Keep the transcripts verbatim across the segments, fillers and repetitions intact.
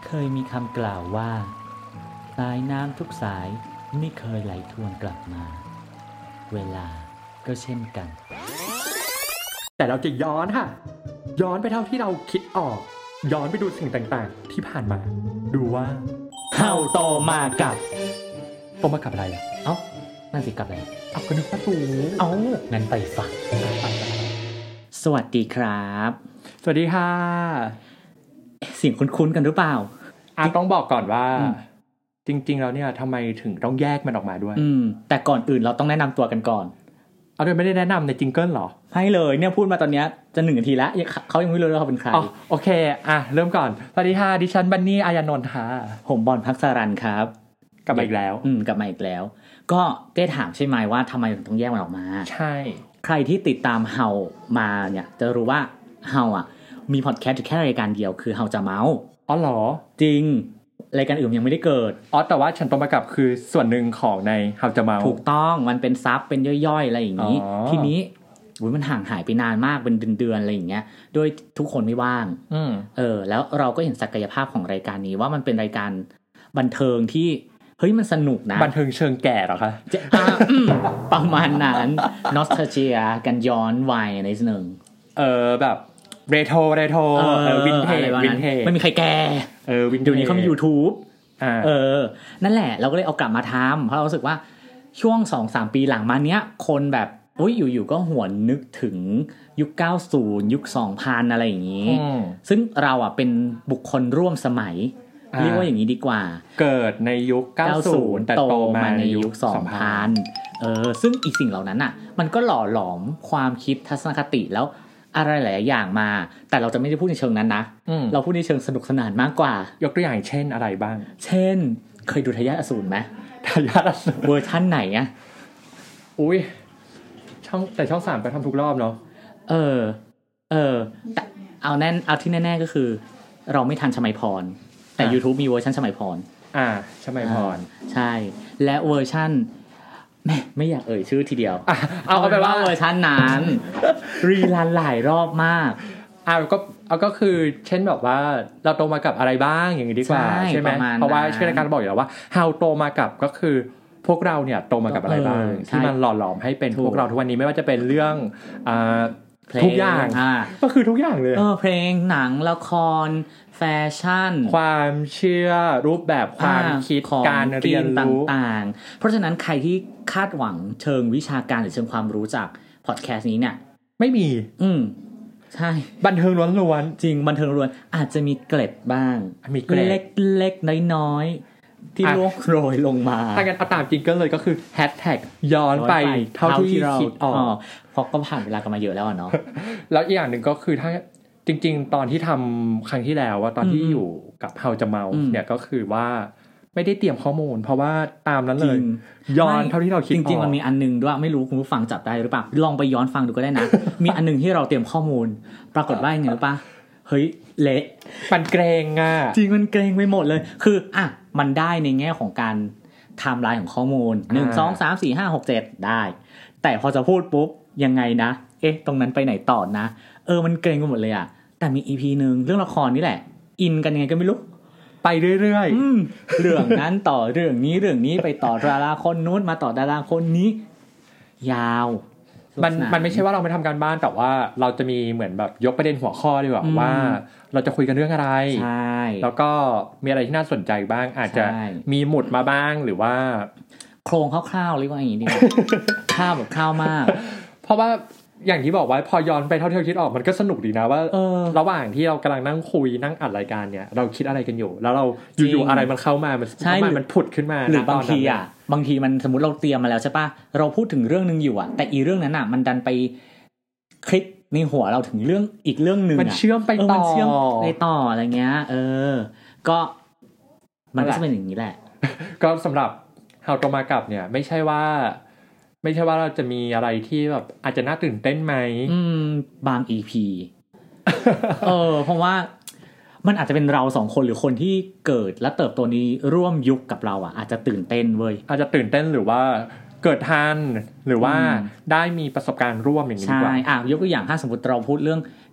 เคยมีคำกล่าวว่าสายน้ำทุกสายไม่เคยไหลทวนกลับมาเวลาก็เช่นกันแต่เราจะย้อนค่ะย้อนไปเท่าที่เราคิดออกย้อนไปดูสิ่งต่างๆที่ผ่านมาดูว่าเฮาโตมากับโตมากับอะไรอ่ะเอ้านั่นสิกับอะไรเอาก็นึกว่าตูเอ้างั้นไปฟังสวัสดีครับสวัสดีค่ะเสียงคุ้นๆกันหรือเปล่าอ่ะต้องบอกก่อนว่าจริงๆแล้วเนี่ยทำไมถึงต้องแยกมันออกมาด้วยอืมแต่ก่อนอื่นเราต้องแนะนำตัวกันก่อนเอาโดยไม่ได้แนะนำในจิงเกิลหรอให้เลยเนี่ยพูดมาตอนนี้จะหนึ่งนาทีแล้วเขายังไม่รู้เลยเขาเป็นใครอ๋อโอเคอ่ะเริ่มก่อนสวัสดีค่ะดิฉันบันนี่อายานนท์ค่ะผมบอลพักสรันครับกลับมาอีกแล้วอืมกลับมาอีกแล้วก็ได้ถามใช่ไหมว่าทำไมถึงต้องแยกมันออกมาใช่ใครที่ติดตามเฮามาเนี่ยจะรู้ว่าเฮาอ่ะมีพอดแคสต์แค่รายการเดียวคือเฮาจะเมาส์อ๋อเหรอจริงรายการอื่นยังไม่ได้เกิดอ๋อแต่ว่าฉันโตมากับคือส่วนหนึ่งของในเฮาจะเมาส์ถูกต้องมันเป็นซับเป็นย่อยๆอะไรอย่างนี้ทีนี้อุ๊ยมันห่างหายไปนานมากเป็นเดือนๆอะไรอย่างเงี้ยโดยทุกคนไม่ว่างเออแล้วเราก็เห็นศักยภาพของรายการนี้ว่ามันเป็นรายการบันเทิงที่เฮ้ยมันสนุกนะบันเทิงเชิงแก่เหรอคะประมาณนั้นนอสตาเจียกันย้อนวัยในหนึ่งเออแบบเรโทรเรโทรเออวินเทจวินเทจไม่มีใครแก่เออวินเทจเดี๋ยวนี้เขามี YouTube อ่าเออนั่นแหละเราก็เลยเอากลับมาทำเพราะเรารู้สึกว่าช่วง สองสาม ปีหลังมาเนี้ยคนแบบอุ๊ยอยู่ๆก็หวนนึกถึงยุคเก้าสิบยุค สองพัน อะไรอย่างงี้ซึ่งเราอ่ะเป็นบุคคลร่วมสมัยเรียกว่าอย่างนี้ดีกว่าเกิดในยุคเก้าสิบแต่โตมาในยุคสองพัน เออซึ่งอีสิ่งเหล่านั้นน่ะมันก็หล่อหลอมความคิดทัศนคติแล้วอะไรหลายอย่างมาแต่เราจะไม่ได้พูดในเชิงนั้นนะเราพูดในเชิงสนุกสนานมากกว่ายกตัวอย่างเช่นอะไรบ้างเช่นเคยดูทายาทอสูรไหมทายาทอสูรเวอร์ชั่นไหนอ่ะอุ้ยช่องแต่ช่องสามไปทำทุกรอบเนาะเออเออแต่เอาแน่นเอาที่แน่ๆก็คือเราไม่ทันชมัยพรแต่ YouTube มีเวอร์ชันชมัยพรอ่าชมัยพรใช่และเวอร์ชันแม่ไม่อยากเอ่ยชื่อทีเดียวเอาเอาไปว่าเวอร์ชันนั้นรีรันหลายรอบมากอ่าก็เอาก็คือเช่นแบบว่าเราโตมากับอะไรบ้างอย่างนี้ดีกว่าใช่ไหมเพราะว่าชื่อรายการบอกอยู่แล้วว่า How โตมากับก็คือพวกเราเนี่ยโตมากับอะไรบ้างที่มันหล่อหลอมให้เป็นพวกเราทุกวันนี้ไม่ว่าจะเป็นเรื่องอ่าทุกอย่างก็คือทุกอย่างเลยเออเพลงหนังละครแฟชั่นความเชื่อรูปแบบความคิดการเรียนรู้ต่างๆเพราะฉะนั้นใครที่คาดหวังเชิงวิชาการหรือเชิงความรู้จากพอดแคสต์นี้เนี่ยไม่มีอืมใช่บันเทิงล้วนๆจริงบันเทิงล้วนอาจจะมีเกล็ดบ้างมีเกล็ดเล็กๆน้อยๆที่ล่วงโรยลงมาถ้างั้นเอาตามจริงก็เลยก็คือแฮชแท็กย้อนไปเท่าที่คิดออกเพราะก็ผ่านเวลากันมาเยอะแล้วเนาะแล้วอีกอย่างหนึ่งก็คือถ้าจริงๆตอนที่ทำครั้งที่แล้วว่าตอนที่อยู่กับเฮาจะเมาเนี่ยก็คือว่าไม่ได้เตรียมข้อมูลเพราะว่าตามนั้นเลยย้อนเท่าที่เราคิดจริงๆมันมีอันนึงด้วยไม่รู้คุณผู้ฟังจับได้หรือเปล่าลองไปย้อนฟังดูก็ได้นะ มีอันนึงที่เราเตรียมข้อมูลปรากฏว่าอย่างไงรู้ป่ะเฮ้ยเละมันเกรงอ่ะจริงมันเกรงไปหมดเลยคืออ่ะมันได้ในแง่ของการไทม์ไลน์ของข้อมูลหนึ่ง สอง สาม สี่ ห้า หก เจ็ดได้แต่พอจะพูดปุ๊บยังไงนะเอ๊ะตรงนั้นไปไหนต่อนะเออมันเกรงไปหมดเลยอ่ะแต่มี อี พี นึงเรื่องละครนี่แหละอินกันยังไงก็ไม่รู้ไปเรื่อยๆเรื่องนั้นต่อเรื่องนี้เรื่องนี้ไปต่อดาราคนนู้นมาต่อดาราคนนี้ยาวมันมันไม่ใช่ว่าเราไม่ทำการบ้านแต่ว่าเราจะมีเหมือนแบบยกประเด็นหัวข้อดีกว่าว่าเราจะคุยกันเรื่องอะไรใช่แล้วก็มีอะไรที่น่าสนใจบ้างอาจจะมีหมุดมาบ้างหรือว่าโครงคร่าวๆเรียกว่าอย่างนี้ดีกว่าคร่าวแบบคร่าวมากเพราะว่าอย่างที่บอกไว้พอย้อนไปเท่าที่เราคิดออกมันก็สนุกดีนะว่าระหว่างที่เรากำลังนั่งคุยนั่งอัดรายการเนี่ยเราคิดอะไรกันอยู่แล้วเราอยู่ๆอะไรมันเข้ามามันเข้ามามันผุดขึ้นมาหรือบางทีอ่ะบางทีมันสมมติเราเตรียมมาแล้วใช่ป่ะเราพูดถึงเรื่องนึงอยู่อ่ะแต่อีเรื่องนั้นอ่ะมันดันไปคลิกในหัวเราถึงเรื่องอีกเรื่องนึงอ่ะมันเชื่อมไปต่อมันเชื่อมไปต่ออะไรเงี้ยเออก็มันก็จะเป็นอย่างนี้แหละก็สำหรับเฮาโตมากับเนี่ยไม่ใช่ว่าไม่ใช่ว่าเราจะมีอะไรที่แบบอาจจะน่าตื่นเต้นไหมอืมบาง อี พี เออเพราะว่ามันอาจจะเป็นเราสองคนหรือคนที่เกิดและเติบโตนี้ร่วมยุคกับเราอ่ะอาจจะตื่นเต้นเว้ยอาจจะตื่นเต้นหรือว่าเกิดทันหรือว่าได้มีประสบการณ์ร่วมอย่างนี้ดีกว่าใช่อ่ะยกตัวอย่างถ้าสมมติเราพูดเรื่อง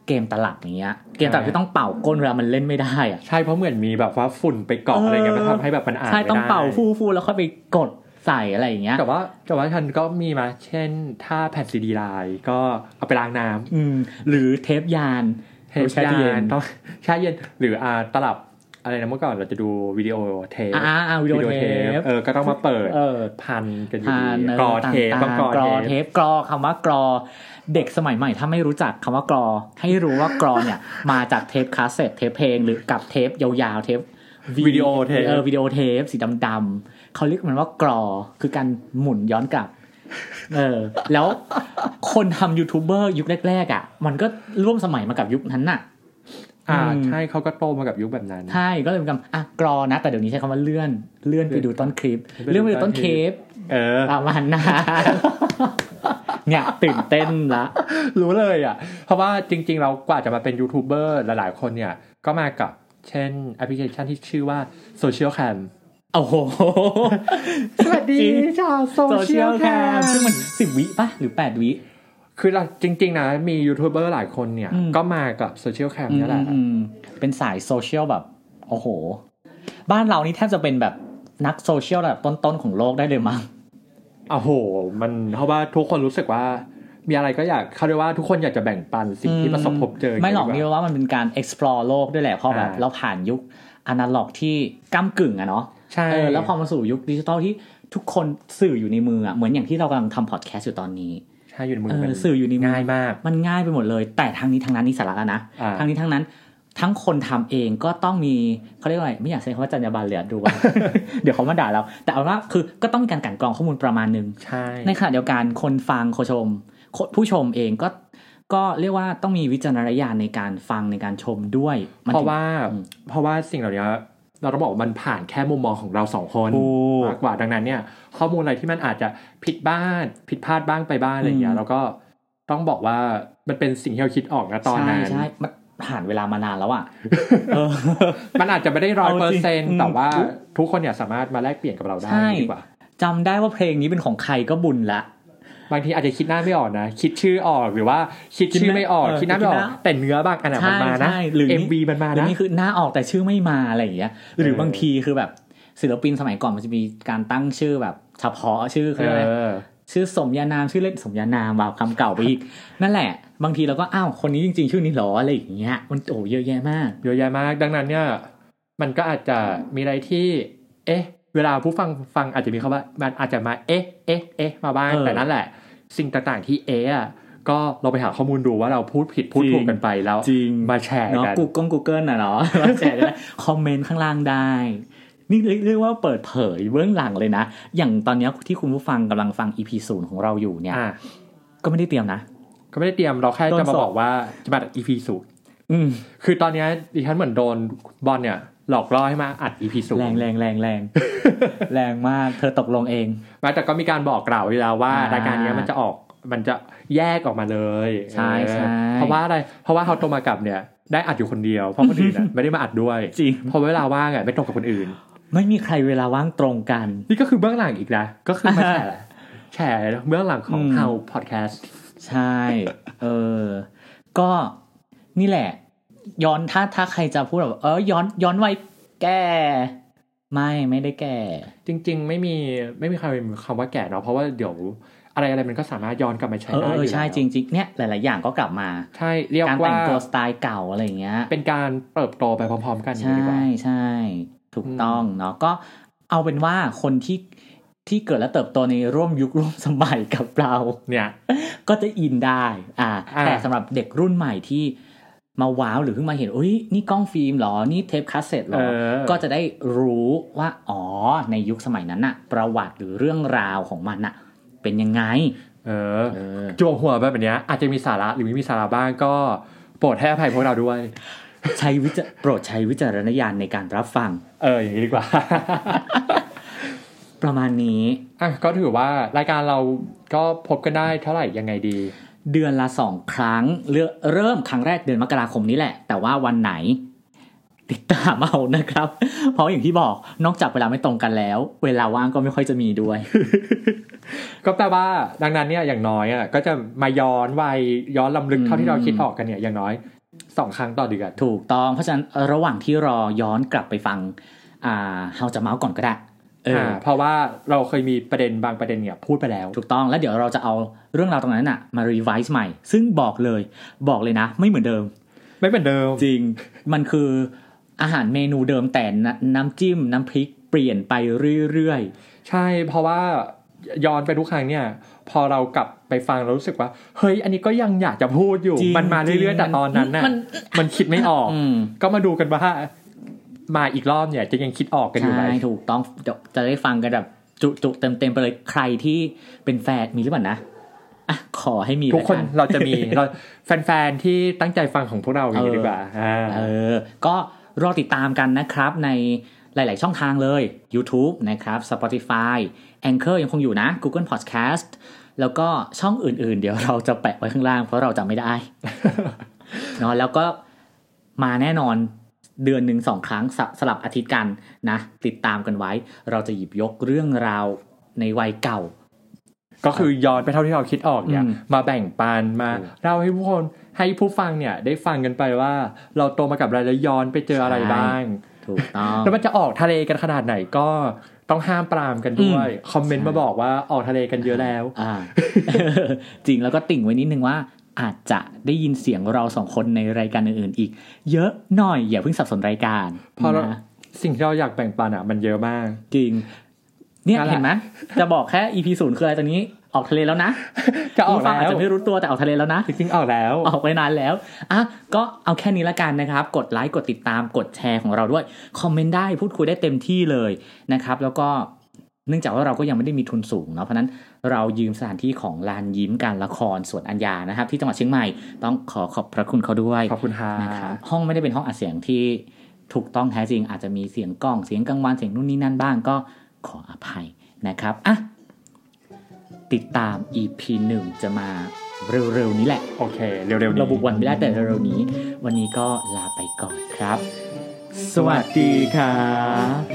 เกมตลับอย่างเงี้ยเกมตลับที่ต้องเป่าก้นเวลามันเล่นไม่ได้อ่ะใช่เพราะเหมือนมีแบบว่าฝุ่นไปเกาะอะไรเงี้ยมันทำให้แบบมันอ่านไม่ได้ใช่ต้องเป่าฟู่ๆแล้วค่อยไปกดใส่อะไรอย่างเงี้ยแต่ว่าแต่ว่าฉันก็มีมาเช่นถ้าแผ่นซีดีลายก็เอาไปล้างน้ำอืมหรือเทปยานเทปยานต้องแช่เย็นหรืออ่าตลับอะไรนะเมื่อก่อนเราจะดูวิดีโอเทปอ่าๆวิดีโอเทปเออก็ต้องมาเปิดพันกันอยู่กรอเทปต้องกรอเทปกรอคำว่ากรอเด็กสมัยใหม่ถ้าไม่รู้จักคำว่ากรอให้รู้ว่ากรอเนี่ยมาจากเทปคาสเซ็ตเทปเพลงหรือกับเทปยาวๆเทปวิดีโอเทปเออวิดีโอเทปสีดำๆเขาเรียกมันว่ากรอคือการหมุนย้อนกลับเออแล้วคนทำยูทูบเบอร์ยุคแรกๆอ่ะมันก็ร่วมสมัยมากับยุคนั้นน่ะอ่าใช่เขาก็โตมากับยุคแบบนั้นใช่ก็เลยเป็นคำอ่ะกรอนะแต่เดี๋ยวนี้ใช้คำว่าเลื่อนเลื่อนไปดูต้นคลิปเลื่อนไปดูต้นเคปเออประมาณนั้นเนี่ยตื่นเต้นละรู้เลยอ่ะเพราะว่าจริงๆเรากว่าจะมาเป็นยูทูบเบอร์หลายๆคนเนี่ยก็มากับเช่นแอปพลิเคชันที่ชื่อว่า Social Cam โอ้โหสวัสดีชาว Social Cam ซึ่งมันสิบวิป่ะหรือแปดวิคือเราจริงๆนะมียูทูบเบอร์หลายคนเนี่ยก็มากับโซเชียลแคมนี่แหละเป็นสายโซเชียลแบบโอ้โหบ้านเรานี่แทบจะเป็นแบบนักโซเชียลระดับต้นๆของโลกได้เลยมั้งโอ้โหมันเพราะว่าทุกคนรู้สึกว่ามีอะไรก็อยากเขาเรียกว่าทุกคนอยากจะแบ่งปันสิ่งที่ประสบพบเจอไม่หรอกนี่ว่ามันเป็นการ explore โลกด้วยแหละเพราะแบบเราผ่านยุคอนาล็อกที่ก้ำกึ่งอะเนาะใช่แล้วพอมาสู่ยุคดิจิตอลที่ทุกคนสื่ออยู่ในมืออะเหมือนอย่างที่เรากำลังทำพอดแคสต์อยู่ตอนนี้ใช่อยู่ในมือมันสื่ออยู่ในมือง่ายมากมันง่ายไปหมดเลยแต่ทั้งนี้ทั้งนั้นนี่สาระนะทั้งนี้ทั้งนั้นทั้งคนทำเองก็ต้องมีเขาเรียกว่าอะไรไม่อยากใช้คำว่าจรรยาบรรณเลยดูว่า เดี๋ยวเขามาด่าเราแต่เอาว่าคือก็ต้องมีการกลั่นกรองข้อมูลประมาณนึงใช่ในขณะเดียวกันคนฟังคนชมผู้ชมเองก็ก็เรียกว่าต้องมีวิจารณญาณในการฟังในการชมด้วยเพราะว่าเพราะว่าสิ่งเหล่านี้เราต้องบอกว่ามันผ่านแค่มุมมองของเราสองคนมากกว่าดังนั้นเนี่ยข้อมูลอะไรที่มันอาจจะผิดบ้างผิดพลาดบ้างไปบ้างอะไรอย่างเงี้ยแล้วก็ต้องบอกว่ามันเป็นสิ่งที่เราคิดออกนะตอนนั้นใช่ๆมันผ่านเวลามานานแล้วอ่ะมันอาจจะไม่ได้ ร้อยเปอร์เซ็นต์ แต่ว่าทุกคนเนี่ยสามารถมาแลกเปลี่ยนกับเราได้ดีกว่าจำได้ว่าเพลงนี้เป็นของใครก็บุญละบางทีอาจจะคิดหน้าไม่ออกนะคิดชื่อออกหรือว่าคิดชื่อไม่ออกคิดหน้าไม่ออกแต่เนื้อบางอันมันมานะหรือเอ็ม วี มันมานะหรือนี่คือหน้าออกแต่ชื่อไม่มาอะไรอย่างเงี้ยหรือบางทีคือแบบศิลปินสมัยก่อนมันจะมีการตั้งชื่อแบบเฉพาะชื่อเขาเรียกว่าชื่อสมญานามชื่อเล่นสมญานามแบบคำเก่าไปอีกนั่นแหละบางทีเราก็อ้าวคนนี้จริงๆชื่อนี้หรออะไรอย่างเงี้ยมันโอ้เยอะแยะมากเยอะแยะมากดังนั้นเนี่ยมันก็อาจจะมีอะไรที่เอ๊ะเวลาผู้ฟังฟังอาจจะมีคำว่ามันอาจจะมาเอ๊ะเอ๊ะเอ๊ะมาบ้างแต่นั่นแหละสิ่งต่างๆที่เอ๊ะก็เราไปหาข้อมูลดูว่าเราพูดผิดพูดถูกกันไปแล้วมาแชร์กันเนาะ Google Google น่ะเนาะมาแชร์ได้คอมเมนต์ข้างล่างได้นี่เรียกว่าเปิดเผยเบื้องหลังเลยนะอย่างตอนนี้ที่คุณผู้ฟังกำลังฟัง อี พี ศูนย์ของเราอยู่เนี่ยก็ไม่ได้เตรียมนะก็ไม่ได้เตรียมเราแค่จะมาบอกว่าจะมา อี พี ศูนย์อืมคือตอนนี้ดิฉันเหมือนโดนบอลเนี่ยหลอกล่อให้มาอัด อี พี ศูนย์แรงแรงแรงแรงแรงมากเธอตกลงเองแต่ก็มีการบอกกล่าวไว้แล้วว่ารายการนี้มันจะออกมันจะแยกออกมาเลยใช่ใช่เพราะว่าอะไรเพราะว่าเขาโตมากับเนี่ยได้อัดอยู่คนเดียวเพราะคนอื่นไม่ได้มาอัดด้วยจริงเพราะเวลาว่างอ่ะไม่ตรงกับคนอื่นไม่มีใครเวลาว่างตรงกันนี่ก็คือเบื้องหลังอีกนะก็คือมาแชร์แชร์เบื้องหลังของ How Podcast ใช่เออก็นี่แหละย้อนถ้าถ้าใครจะพูดแบบเออย้อนย้อนวัยแก่ไม่ไม่ได้แก่จริงๆไม่มีไม่มีใครมีคำว่าแก่เนาะเพราะว่าเดี๋ยวอะไรอะไรมันก็สามารถย้อนกลับมาใช้ได้อยู่แล้วเออใช่จริงๆเนี่ยหลายๆอย่างก็กลับมาใช่เรียกว่าการแต่งตัวสไตล์เก่าอะไรอย่างเงี้ยเป็นการเติบโตไปพร้อมๆกันใช่ใช่ถูกต้องเนาะก็เอาเป็นว่าคนที่ที่เกิดและเติบโตในร่วมยุคร่วมสมัยกับเราเนี่ยก็จะอินได้อ่าแต่สำหรับเด็กรุ่นใหม่ที่มาว้าวหรือเพิ่งมาเห็นอุ้ยนี่กล้องฟิล์มหรอนี่เทปคาสเซ็ตหรอก็จะได้รู้ว่าอ๋อในยุคสมัยนั้นน่ะประวัติหรือเรื่องราวของมันน่ะเป็นยังไงเออจั่วหัวแบบนี้อาจจะมีสาระหรือไม่มีสาระบ้างก็โปรดให้อภัยพวกเราด้วยใช้วิจโปรดใช้วิจารณญาณในการรับฟังเอออย่างนี้ดีกว่าประมาณนี้อ่ะก็ถือว่ารายการเราก็พบกันได้เท่าไหร่ยังไงดีเดือนละสองครั้งเริ่มครั้งแรกเดือนมกราคมนี้แหละแต่ว่าวันไหนติดตามเอานะครับเพราะอย่างที่บอกนอกจากเวลาไม่ตรงกันแล้วเวลาว่างก็ไม่ค่อยจะมีด้วยก็แปลว่าดังนั้นเนี่ยอย่างน้อยอ่ะก็จะมาย้อนวัยย้อนลำลึกเท่าที่เราคิดออกกันเนี่ยอย่างน้อยสองครั้งต่อเดือนถูกต้องเพราะฉะนั้นระหว่างที่รอย้อนกลับไปฟังอ่าเฮาจะเมาส์ก่อนก็ได้เออเพราะว่าเราเคยมีประเด็นบางประเด็นเนี่ยพูดไปแล้วถูกต้องแล้วเดี๋ยวเราจะเอาเรื่องราวตรงนั้นน่ะมารีไวซ์ใหม่ซึ่งบอกเลยบอกเลยนะไม่เหมือนเดิมไม่เหมือนเดิมจริงมันคืออาหารเมนูเดิมแต่น้ำจิ้มน้ำพริกเปลี่ยนไปเรื่อยๆใช่เพราะว่าย้อนไปทุกครั้งเนี่ยพอเรากลับไปฟังเรารู้สึกว่าเฮ้ยอันนี้ก็ยังอยากจะพูดอยู่มันมาเรื่อยๆแต่ตอนนั้นน่ะมันคิดไม่ออกก็มาดูกันว่ามาอีกรอบเนี่ยจะยังคิดออกกันอยู่ไหมใช่ถูกต้องจะได้ฟังกันแบบจุๆเต็มๆไปเลยใครที่เป็นแฟนมีหรือเปล่านะอ่ะขอให้มีทุกคนเราจะมีเราแฟนๆที่ตั้งใจฟังของพวกเราอย่างนี้ดีกว่าเออก็รอติดตามกันนะครับในหลายๆช่องทางเลย YouTube นะครับ Spotify Anchor ยังคงอยู่นะ Google Podcast แล้วก็ช่องอื่นๆเดี๋ยวเราจะแปะไว้ข้างล่างเพราะเราจำไม่ได้ เนาะแล้วก็มาแน่นอนเดือนหนึ่งสองครั้งสลับอาทิตย์กันนะติดตามกันไว้เราจะหยิบยกเรื่องราวในวัยเก่าก็คือย้อนไปเท่าที่เราคิดออกเนี่ยมาแบ่งปันมาเล่าให้ผู้คนให้ผู้ฟังเนี่ยได้ฟังกันไปว่าเราโตมากับอะไรแล้วย้อนไปเจออะไรบ้างถูกต้องแล้วมันจะออกทะเลกันขนาดไหนก็ต้องห้ามปรามกันด้วยคอมเมนต์มาบอกว่าออกทะเลกันเยอะแล้วอ่า จริงแล้วก็ติ่งไว้นิดนึงว่าอาจจะได้ยินเสียงเราสองคนในรายการอื่นๆอีกเยอะหน่อยอย่าเพิ่งสับสนรายการเพราะสิ่งที่เราอยากแบ่งปันอ่ะมันเยอะมากจริงเนี่ยเห็นไหมจะบอกแค่ อี พี ศูนย์คืออะไรตอนนี้ออกทะเลแล้วนะจะออกแล้วอาจจะไม่รู้ตัวแต่ออกทะเลแล้วนะจริงๆออกแล้วออกไปนานแล้วอ่ะก็เอาแค่นี้ละกันนะครับกดไลค์กดติดตามกดแชร์ของเราด้วยคอมเมนต์ได้พูดคุยได้เต็มที่เลยนะครับแล้วก็เนื่องจากว่าเราก็ยังไม่ได้มีทุนสูงเนาะเพราะนั้นเรายืมสถานที่ของลานยิ้มการละครสวนอัญญานะครับที่จังหวัดเชียงใหม่ต้องขอขอบพระคุณเขาด้วยขอบคุณค่ะนะครับห้องไม่ได้เป็นห้องอัดเสียงที่ถูกต้องแท้จริงอาจจะมีเสียงกล้องเสียงกังวานเสียงนู่นนี่นั่นบ้างก็ขออภัยนะครับอ่ะติดตาม อี พี หนึ่งจะมาเร็วๆนี้แหละโอเคเร็วๆนี้ระบุวันไม่ได้แต่เร็วๆนี้วันนี้ก็ลาไปก่อนครับสวัสดีครับ